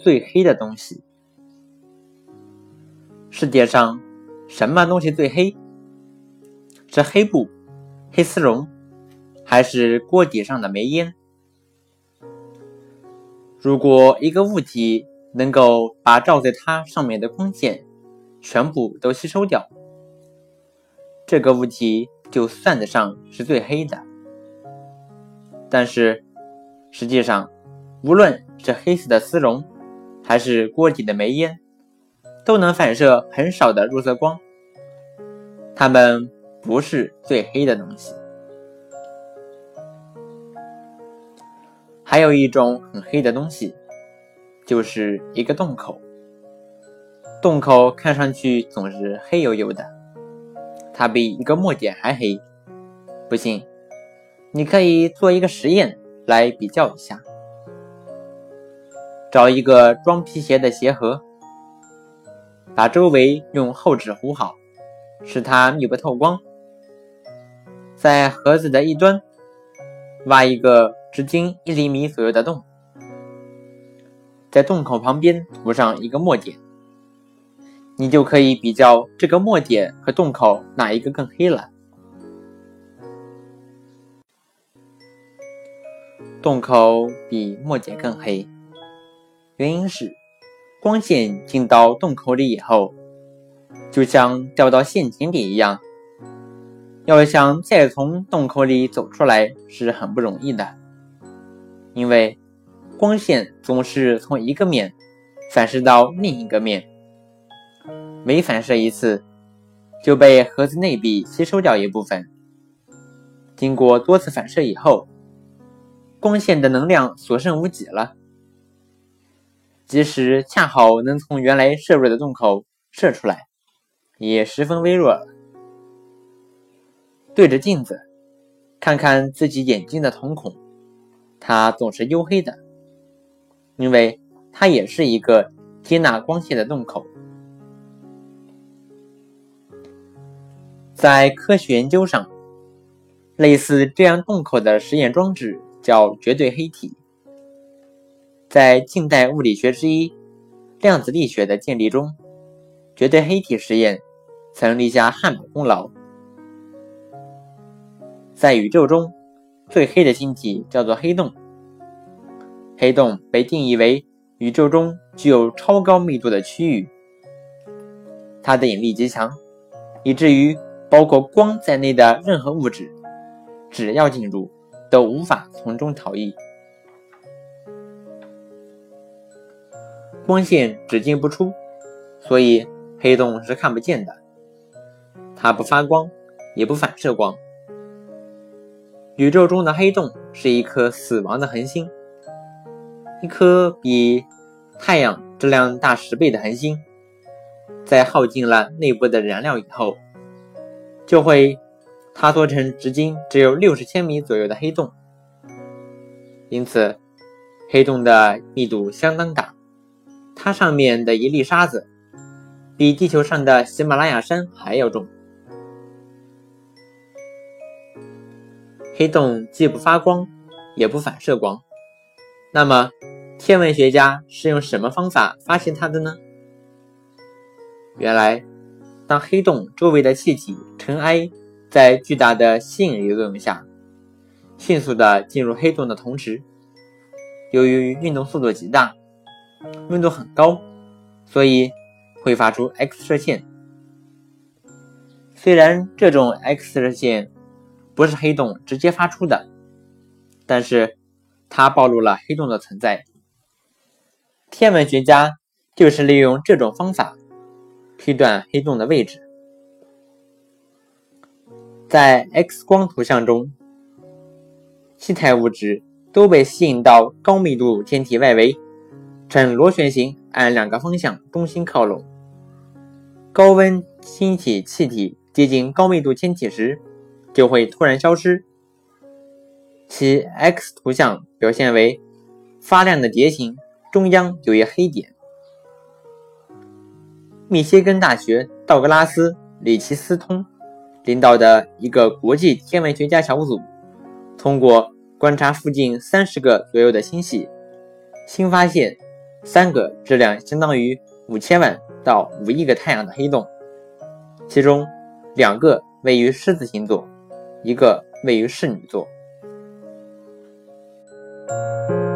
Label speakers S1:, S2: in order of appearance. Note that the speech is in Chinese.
S1: 最黑的东西。世界上什么东西最黑？是黑布、黑丝绒，还是锅底上的煤烟？如果一个物体能够把照在它上面的光线全部都吸收掉，这个物体就算得上是最黑的。但是实际上，无论是黑色的丝绒还是锅底的煤烟，都能反射很少的入色光，它们不是最黑的东西。还有一种很黑的东西，就是一个洞口。洞口看上去总是黑黝黝的，它比一个墨点还黑。不信，你可以做一个实验来比较一下。找一个装皮鞋的鞋盒，把周围用厚纸糊好，使它密不透光。在盒子的一端挖一个直径1厘米左右的洞，在洞口旁边涂上一个墨点，你就可以比较这个墨点和洞口哪一个更黑了。洞口比墨点更黑，原因是光线进到洞口里以后，就像掉到陷阱里一样，要想再从洞口里走出来是很不容易的，因为光线总是从一个面反射到另一个面，每反射一次就被盒子内壁吸收掉一部分。经过多次反射以后，光线的能量所剩无几了，即使恰好能从原来射入的洞口射出来，也十分微弱了。对着镜子看看自己眼睛的瞳孔，它总是黝黑的，因为它也是一个接纳光线的洞口。在科学研究上，类似这样洞口的实验装置叫绝对黑体。在近代物理学之一量子力学的建立中，绝对黑体实验曾立下汗马功劳。在宇宙中，最黑的星体叫做黑洞。黑洞被定义为宇宙中具有超高密度的区域，它的引力极强，以至于包括光在内的任何物质，只要进入，都无法从中逃逸。光线只进不出，所以黑洞是看不见的，它不发光，也不反射光。宇宙中的黑洞是一颗死亡的恒星，一颗比太阳质量大10倍的恒星，在耗尽了内部的燃料以后，就会塌缩成直径只有60千米左右的黑洞。因此，黑洞的密度相当大，它上面的一粒沙子比地球上的喜马拉雅山还要重。黑洞既不发光，也不反射光，那么天文学家是用什么方法发现它的呢？原来，当黑洞周围的气体尘埃在巨大的吸引力作用下，迅速地进入黑洞的同时，由于运动速度极大，温度很高，所以会发出 X 射线。虽然这种 X 射线不是黑洞直接发出的，但是它暴露了黑洞的存在。天文学家就是利用这种方法推断黑洞的位置。在 X 光图像中，气态物质都被吸引到高密度天体外围，呈螺旋形按2个方向中心靠拢。高温星体气体接近高密度天体时，就会突然消失。其 X 图像表现为发亮的碟形，中央有一黑点。密歇根大学道格拉斯·里奇斯通领导的一个国际天文学家小组，通过观察附近30个左右的星系，新发现 3个质量相当于5000万到5亿个太阳的黑洞，其中2个位于狮子星座，1个位于侍女座。